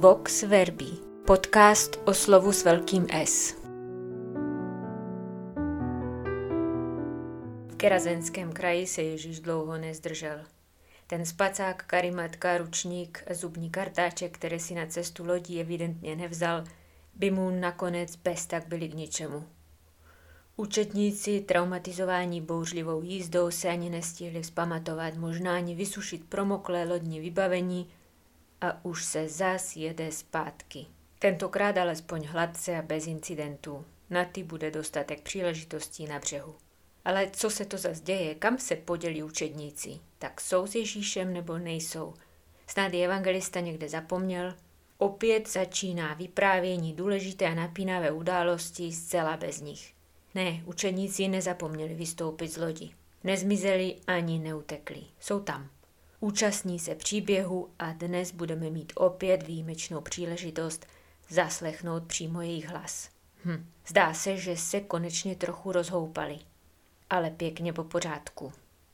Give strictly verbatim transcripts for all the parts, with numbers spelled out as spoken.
Vox Verbi, podcast o slovu s velkým S. V Kerazenském kraji se Ježíš dlouho nezdržel. Ten spacák, karimatka, ručník a zubní kartáček, které si na cestu lodí evidentně nevzal, by mu nakonec bez tak byli k ničemu. Účetníci, traumatizování bouřlivou jízdou, se ani nestihli vzpamatovat, možná ani vysušit promoklé lodní vybavení a už se zas jede zpátky. Tentokrát alespoň hladce a bez incidentů. Na ty bude dostatek příležitostí na břehu. Ale co se to zas děje? Kam se podělí učedníci? Tak jsou s Ježíšem nebo nejsou? Snad je evangelista někde zapomněl? Opět začíná vyprávění důležité a napínavé události zcela bez nich. Ne, učedníci nezapomněli vystoupit z lodi. Nezmizeli ani neutekli. Jsou tam. Účastní se příběhu a dnes budeme mít opět výjimečnou příležitost zaslechnout přímo jejich hlas. Hm. Zdá se, že se konečně trochu rozhoupali. Ale pěkně po pořádku.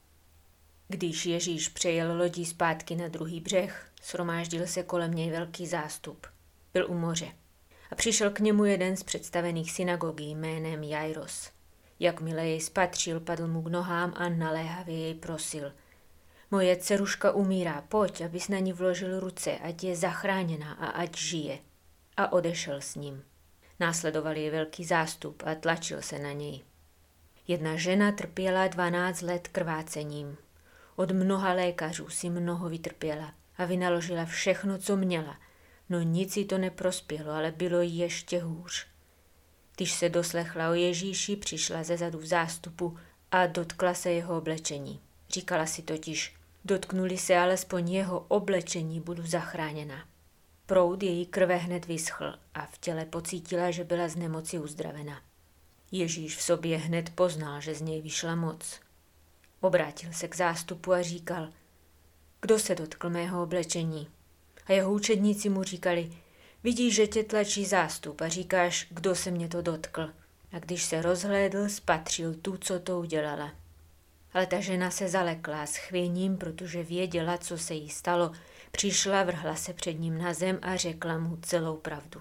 Když Ježíš přejel lodí zpátky na druhý břeh, shromáždil se kolem něj velký zástup. Byl u moře. A přišel k němu jeden z představených synagogí jménem Jairos. Jakmile jej spatřil, padl mu k nohám a naléhavě jej prosil. Moje dceruška umírá, pojď, abys na ní vložil ruce, ať je zachráněná a ať žije. A odešel s ním. Následoval jej velký zástup a tlačil se na něj. Jedna žena trpěla dvanáct let krvácením. Od mnoha lékařů si mnoho vytrpěla a vynaložila všechno, co měla. No nic jí to neprospělo, ale bylo jí ještě hůř. Když se doslechla o Ježíši, přišla ze zadu v zástupu a dotkla se jeho oblečení. Říkala si totiž, dotknuli se alespoň jeho oblečení, budu zachráněna. Proud její krve hned vyschl a v těle pocítila, že byla z nemoci uzdravena. Ježíš v sobě hned poznal, že z něj vyšla moc. Obrátil se k zástupu a říkal, kdo se dotkl mého oblečení? A jeho učedníci mu říkali, vidíš, že tě tlačí zástup a říkáš, kdo se mě to dotkl. A když se rozhlédl, spatřil tu, co to udělala. Ale ta žena se zalekla s chvěním, protože věděla, co se jí stalo. Přišla, vrhla se před ním na zem a řekla mu celou pravdu.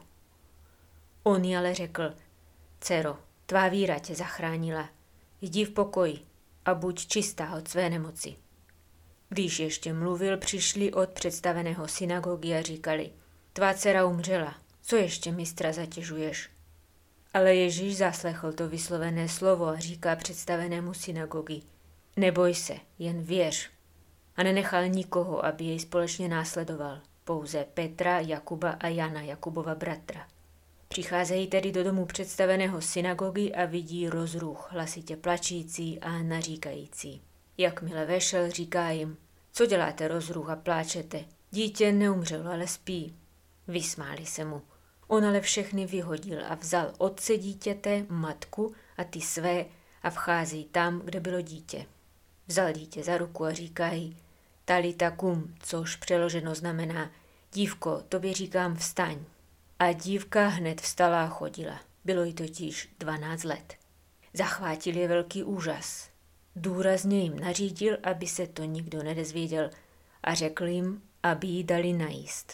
On jí ale řekl, dcero, tvá víra tě zachránila. Jdi v pokoji a buď čistá od své nemoci. Když ještě mluvil, přišli od představeného synagogy a říkali, tvá dcera umřela, co ještě mistra zatěžuješ? Ale Ježíš zaslechl to vyslovené slovo a říká představenému synagogy, neboj se, jen věř. A nenechal nikoho, aby jej společně následoval, pouze Petra, Jakuba a Jana, Jakubova bratra. Přicházejí tedy do domu představeného synagogy a vidí rozruch, hlasitě plačící a naříkající. Jakmile vešel, říká jim, co děláte rozruch a pláčete? Dítě neumřelo, ale spí. Vysmáli se mu. On ale všechny vyhodil a vzal otce dítěte, matku a ty své a vchází tam, kde bylo dítě. Vzal dítě za ruku a říká jí, talita kum, což přeloženo znamená, dívko, tobě říkám vstaň. A dívka hned vstala a chodila. Bylo jí totiž dvanáct let. Zachvátil je velký úžas. Důrazně jim nařídil, aby se to nikdo nedezvěděl a řekl jim, aby jí dali najíst.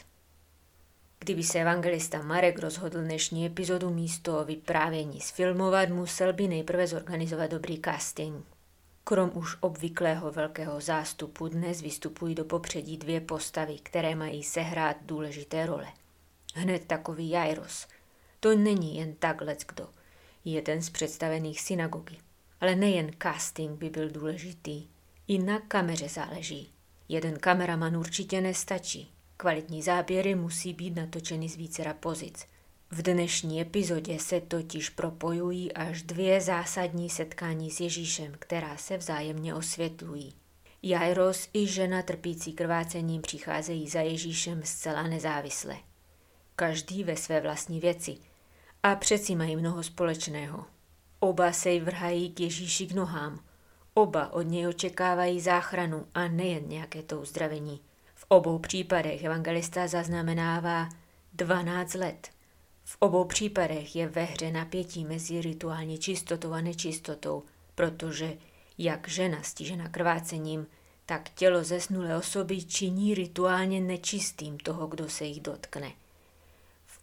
Kdyby se evangelista Marek rozhodl dnešní epizodu místo vyprávění sfilmovat, musel by nejprve zorganizovat dobrý casting. Krom už obvyklého velkého zástupu dnes vystupují do popředí dvě postavy, které mají sehrát důležité role. Hned takový Jairos. To není jen tak leckdo. Je ten z představených synagogy. Ale nejen casting by byl důležitý. I na kameře záleží. Jeden kameraman určitě nestačí. Kvalitní záběry musí být natočeny z vícera pozic. V dnešní epizodě se totiž propojují až dvě zásadní setkání s Ježíšem, která se vzájemně osvětlují. Jairos i žena trpící krvácením přicházejí za Ježíšem zcela nezávisle. Každý ve své vlastní věci. A přeci mají mnoho společného. Oba se vrhají k Ježíši k nohám. Oba od něj očekávají záchranu a nejen nějaké to uzdravení. V obou případech evangelista zaznamenává dvanáct let. V obou případech je ve hře napětí mezi rituální čistotou a nečistotou, protože jak žena stižena krvácením, tak tělo zesnulé osoby činí rituálně nečistým toho, kdo se jich dotkne.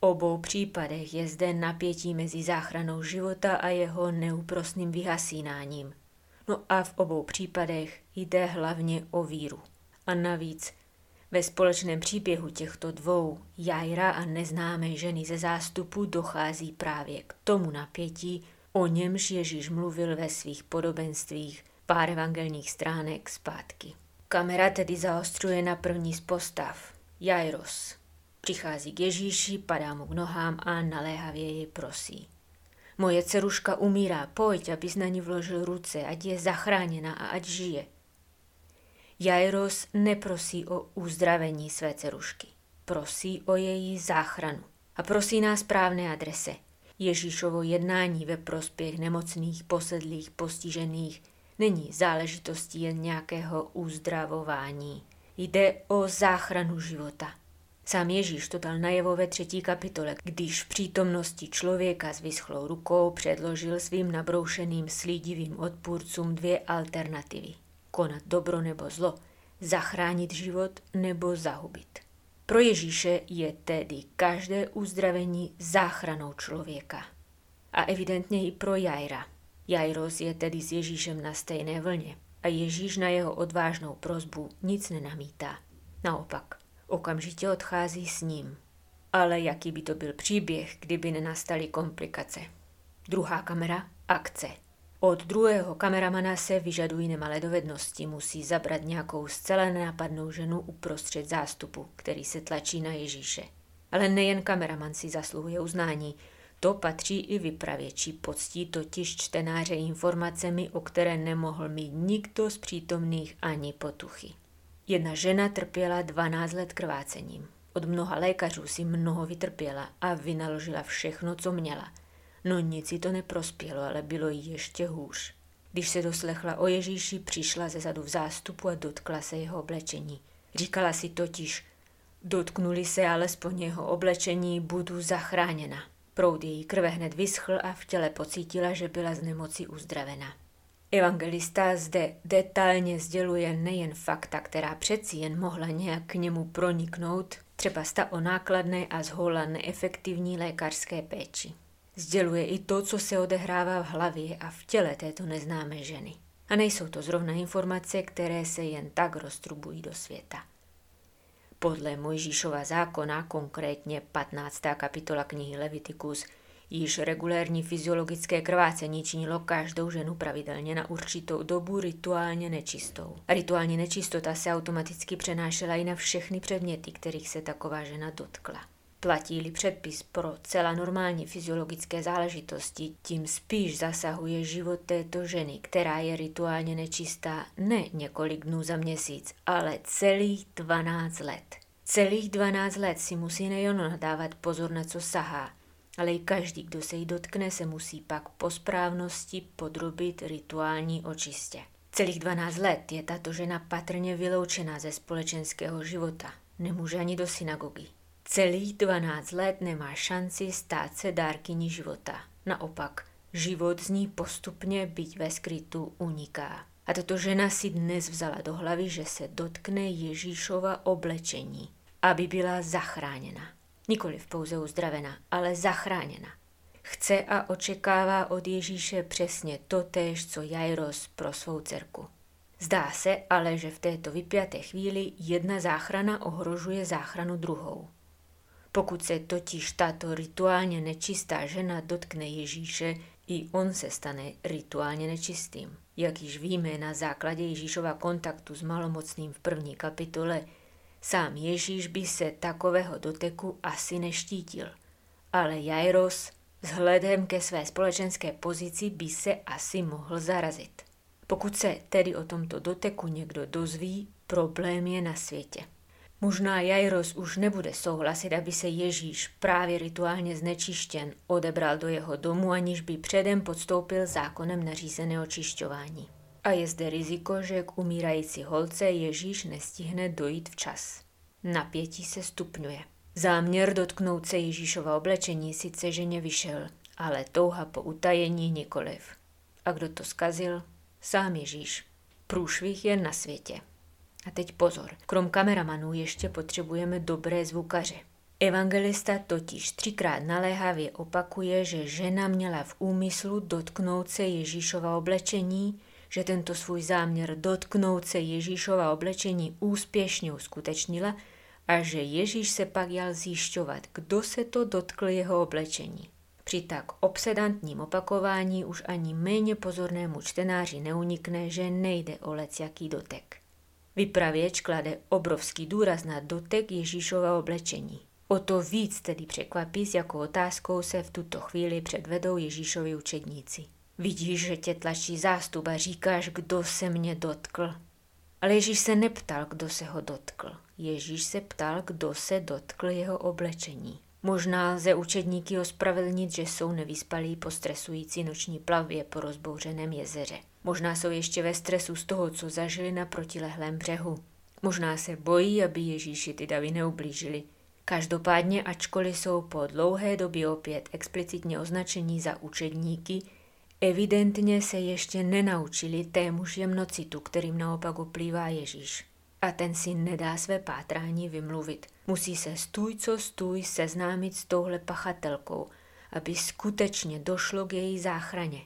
obou případech je zde napětí mezi záchranou života a jeho neúprosným vyhasínáním. No a v obou případech jde hlavně o víru. A navíc ve společném příběhu těchto dvou, Jaira a neznámé ženy ze zástupu, dochází právě k tomu napětí, o němž Ježíš mluvil ve svých podobenstvích pár evangelních stránek zpátky. Kamera tedy zaostřuje na první z postav, Jairos. Přichází k Ježíši, padá mu k nohám a naléhavě jej prosí. Moje dceruška umírá, pojď, abys na ní vložil ruce, ať je zachráněna a ať žije. Jairos neprosí o uzdravení své dcerušky, prosí o její záchranu a prosí na správné adrese. Ježíšovo jednání ve prospěch nemocných, posedlých, postižených není záležitostí jen nějakého uzdravování. Jde o záchranu života. Sám Ježíš to dal najevo ve třetí kapitole, když v přítomnosti člověka s vyschlou rukou předložil svým nabroušeným slídivým odpůrcům dvě alternativy. Konat dobro nebo zlo, zachránit život nebo zahubit. Pro Ježíše je tedy každé uzdravení záchranou člověka. A evidentně i pro Jaira. Jairos je tedy s Ježíšem na stejné vlně a Ježíš na jeho odvážnou prosbu nic nenamítá. Naopak, okamžitě odchází s ním. Ale jaký by to byl příběh, kdyby nenastaly komplikace? Druhá kamera, akce. Od druhého kameramana se vyžadují nemalé dovednosti, musí zabrat nějakou zcela nenápadnou ženu uprostřed zástupu, který se tlačí na Ježíše. Ale nejen kameraman si zasluhuje uznání, to patří i vypravěči, poctí totiž čtenáře informacemi, o které nemohl mít nikdo z přítomných ani potuchy. Jedna žena trpěla dvanáct let krvácením. Od mnoha lékařů si mnoho vytrpěla a vynaložila všechno, co měla. No nic jí to neprospělo, ale bylo jí ještě hůř. Když se doslechla o Ježíši, přišla ze zadu v zástupu a dotkla se jeho oblečení. Říkala si totiž, dotknuli se alespoň jeho oblečení, budu zachráněna. Proud její krve hned vyschl a v těle pocítila, že byla z nemoci uzdravena. Evangelista zde detailně sděluje nejen fakta, která přeci jen mohla nějak k němu proniknout, třeba sta o nákladné a zhola neefektivní lékařské péči. Sděluje i to, co se odehrává v hlavě a v těle této neznámé ženy. A nejsou to zrovna informace, které se jen tak roztrubují do světa. Podle Mojžíšova zákona, konkrétně patnáctá kapitola knihy Levitikus, již regulérní fyziologické krvácení činilo každou ženu pravidelně na určitou dobu rituálně nečistou. A rituální nečistota se automaticky přenášela i na všechny předměty, kterých se taková žena dotkla. Platí-li předpis pro celá normální fyziologické záležitosti, tím spíš zasahuje život této ženy, která je rituálně nečistá ne několik dnů za měsíc, ale celých dvanáct let. Celých dvanáct let si musí nejen nadávat pozor, na co sahá, ale i každý, kdo se jí dotkne, se musí pak po správnosti podrobit rituální očistě. Celých dvanáct let je tato žena patrně vyloučena ze společenského života. Nemůže ani do synagogy. Celých dvanáct let nemá šanci stát se dárkyní života. Naopak, život z ní postupně, byť ve skrytu, uniká. A tato žena si dnes vzala do hlavy, že se dotkne Ježíšova oblečení, aby byla zachráněna. Nikoliv pouze uzdravena, ale zachráněna. Chce a očekává od Ježíše přesně totéž, co Jairos pro svou dcerku. Zdá se ale, že v této vypjaté chvíli jedna záchrana ohrožuje záchranu druhou. Pokud se totiž tato rituálně nečistá žena dotkne Ježíše, i on se stane rituálně nečistým. Jak již víme na základě Ježíšova kontaktu s malomocným v první kapitole, sám Ježíš by se takového doteku asi neštítil. Ale Jairos vzhledem ke své společenské pozici by se asi mohl zarazit. Pokud se tedy o tomto doteku někdo dozví, problém je na světě. Možná Jairos už nebude souhlasit, aby se Ježíš, právě rituálně znečištěn, odebral do jeho domu, aniž by předem podstoupil zákonem nařízené očišťování. A je zde riziko, že k umírající holce Ježíš nestihne dojít včas. Napětí se stupňuje. Záměr dotknout se Ježíšova oblečení sice ženě vyšel, ale touha po utajení nikoliv. A kdo to zkazil? Sám Ježíš. Průšvih je na světě. A teď pozor, krom kameramanů ještě potřebujeme dobré zvukaře. Evangelista totiž třikrát naléhavě opakuje, že žena měla v úmyslu dotknout se Ježíšova oblečení, že tento svůj záměr dotknout se Ježíšova oblečení úspěšně uskutečnila a že Ježíš se pak jal zjišťovat, kdo se to dotkl jeho oblečení. Při tak obsedantním opakování už ani méně pozornému čtenáři neunikne, že nejde o lecjaký dotek. Vypravěč klade obrovský důraz na dotek Ježíšova oblečení. O to víc tedy překvapí, s jakou otázkou se v tuto chvíli předvedou Ježíšovi učedníci. Vidíš, že tě tlačí zástup a říkáš, kdo se mě dotkl. Ale Ježíš se neptal, kdo se ho dotkl. Ježíš se ptal, kdo se dotkl jeho oblečení. Možná lze učedníky ospravedlnit, že jsou nevyspalí po stresující noční plavbě po rozbouřeném jezeře. Možná jsou ještě ve stresu z toho, co zažili na protilehlém břehu. Možná se bojí, aby Ježíši ty davy neublížili. Každopádně, ačkoliv jsou po dlouhé době opět explicitně označení za učedníky, evidentně se ještě nenaučili témuž jemnocitu, kterým naopak oplývá Ježíš. A ten si nedá své pátrání vymluvit. Musí se stůj co stůj seznámit s touhle pachatelkou, aby skutečně došlo k její záchraně.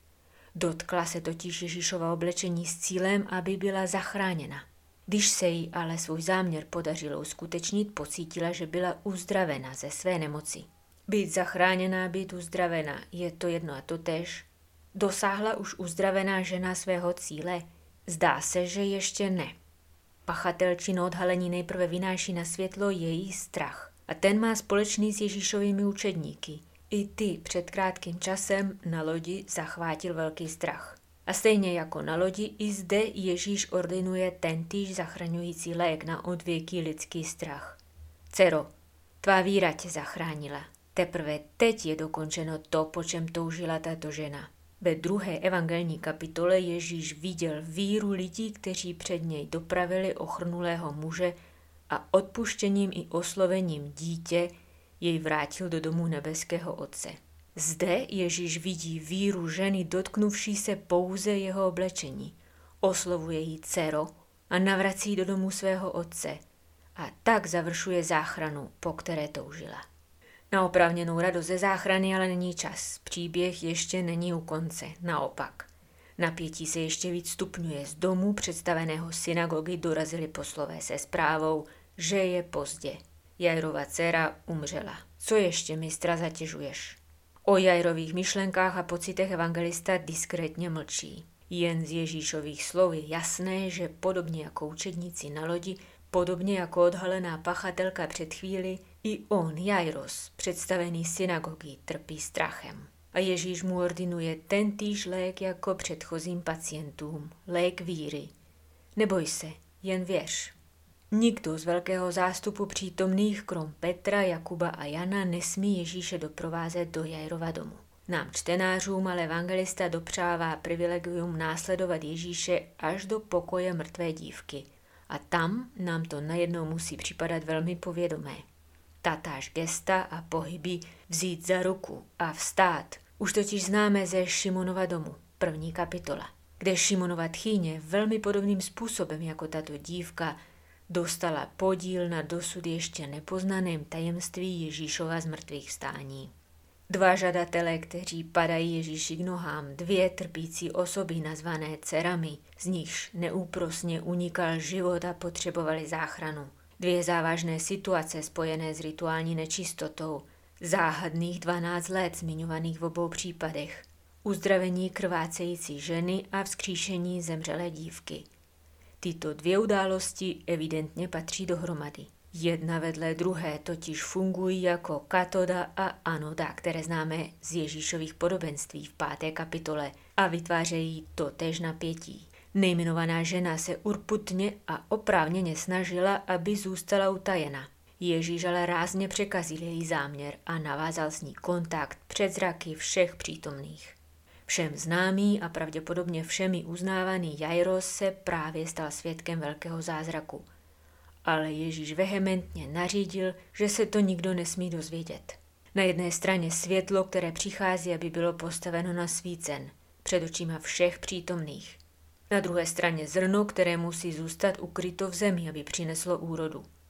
Dotkla se totiž Ježíšova oblečení s cílem, aby byla zachráněna. Když se jí ale svůj záměr podařilo uskutečnit, pocítila, že byla uzdravena ze své nemoci. Být zachráněná, být uzdravená, je to jedno a totéž. Dosáhla už uzdravená žena svého cíle? Zdá se, že ještě ne. Pachatelčino odhalení nejprve vynáší na světlo její strach. A ten má společný s Ježíšovými učedníky. I ty před krátkým časem na lodi zachvátil velký strach. A stejně jako na lodi, i zde Ježíš ordinuje tentýž zachraňující lék na odvěký lidský strach. Dcero, tvá víra tě zachránila. Teprve teď je dokončeno to, po čem toužila tato žena. Ve druhé evangelní kapitole Ježíš viděl víru lidí, kteří před něj dopravili ochrnulého muže a odpuštěním i oslovením dítě jej vrátil do domu nebeského Otce. Zde Ježíš vidí víru ženy dotknuvší se pouze jeho oblečení, oslovuje jí dcero a navrací do domu svého Otce a tak završuje záchranu, po které toužila. Na oprávněnou radost ze záchrany ale není čas. Příběh ještě není u konce, naopak. Napětí se ještě víc stupňuje. Z domu představeného synagogy dorazili poslové se zprávou, že je pozdě. Jairova dcera umřela. Co ještě, mistra, zatěžuješ? O Jairových myšlenkách a pocitech evangelista diskrétně mlčí. Jen z Ježíšových slov je jasné, že podobně jako učedníci na lodi, podobně jako odhalená pachatelka před chvíli, i on, Jairos, představený synagogy, trpí strachem. A Ježíš mu ordinuje tentýž lék jako předchozím pacientům, lék víry. Neboj se, jen věř. Nikdo z velkého zástupu přítomných, krom Petra, Jakuba a Jana, nesmí Ježíše doprovázet do Jairova domu. Nám čtenářům ale evangelista dopřává privilegium následovat Ježíše až do pokoje mrtvé dívky. A tam nám to najednou musí připadat velmi povědomé. Tatáž gesta a pohyby vzít za ruku a vstát už totiž známe ze Šimonova domu, první kapitola, kde Šimonova tchýně velmi podobným způsobem jako tato dívka dostala podíl na dosud ještě nepoznaném tajemství Ježíšova zmrtvých vstání. Dva žadatelé, kteří padají Ježíši k nohám, dvě trpící osoby nazvané dcerami, z nichž neúprosně unikal život a potřebovali záchranu. Dvě závažné situace spojené s rituální nečistotou, záhadných dvanáct let zmiňovaných v obou případech, uzdravení krvácející ženy a vzkříšení zemřelé dívky. Tyto dvě události evidentně patří dohromady. Jedna vedle druhé totiž fungují jako katoda a anoda, které známe z Ježíšových podobenství v páté kapitole a vytvářejí totéž napětí. Nejmenovaná žena se urputně a oprávněně snažila, aby zůstala utajena. Ježíš ale rázně překazil její záměr a navázal s ní kontakt před zraky všech přítomných. Všem známý a pravděpodobně všemi uznávaný Jairos se právě stal svědkem velkého zázraku. Ale Ježíš vehementně nařídil, že se to nikdo nesmí dozvědět. Na jedné straně světlo, které přichází, aby bylo postaveno na svícen, před očima všech přítomných. Na druhé straně zrno, které musí zůstat ukryto v zemi, aby přineslo úrodu.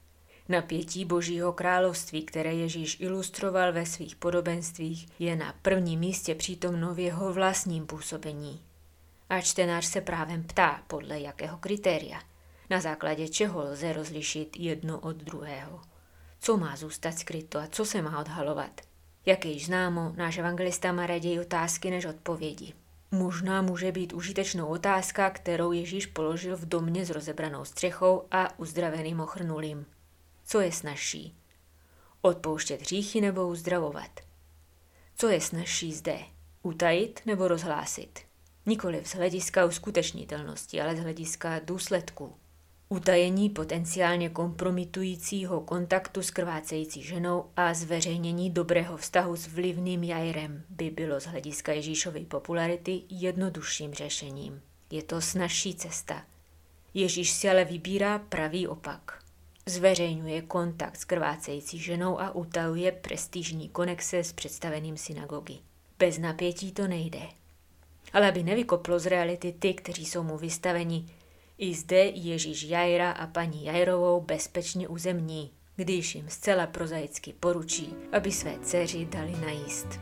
Napětí Božího království, které Ježíš ilustroval ve svých podobenstvích, je na prvním místě přítomno v jeho vlastním působení. A čtenář se právem ptá, podle jakého kritéria, na základě čeho lze rozlišit jedno od druhého. Co má zůstat skryto a co se má odhalovat? Jak je již známo, náš evangelista má raději otázky než odpovědi. Možná může být užitečnou otázka, kterou Ježíš položil v domě s rozebranou střechou a uzdraveným ochrnulým. Co je snazší? Odpouštět hříchy nebo uzdravovat? Co je snazší zde? Utajit nebo rozhlásit? Nikoliv z hlediska uskutečnitelnosti, ale z hlediska důsledků. Utajení potenciálně kompromitujícího kontaktu s krvácející ženou a zveřejnění dobrého vztahu s vlivným Jairem by bylo z hlediska Ježíšovy popularity jednodušším řešením. Je to snazší cesta. Ježíš si ale vybírá pravý opak. Zveřejňuje kontakt s krvácející ženou a utajuje prestižní konexe s představeným synagogy. Bez napětí to nejde. Ale aby nevykoplo z reality ty, kteří jsou mu vystaveni, i zde Ježíš Jaira a paní Jairovou bezpečně uzemní, když jim zcela prozaicky poručí, aby své dceři dali najíst.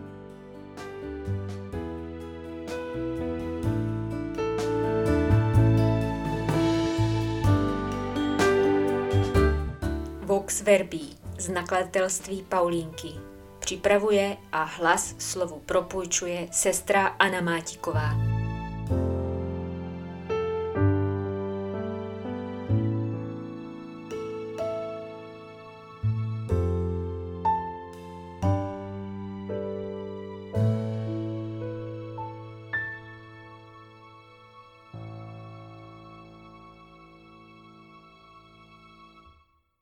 Vox Verbi z nakladatelství Paulínky připravuje a hlas slovu propůjčuje sestra Anna Mátíková.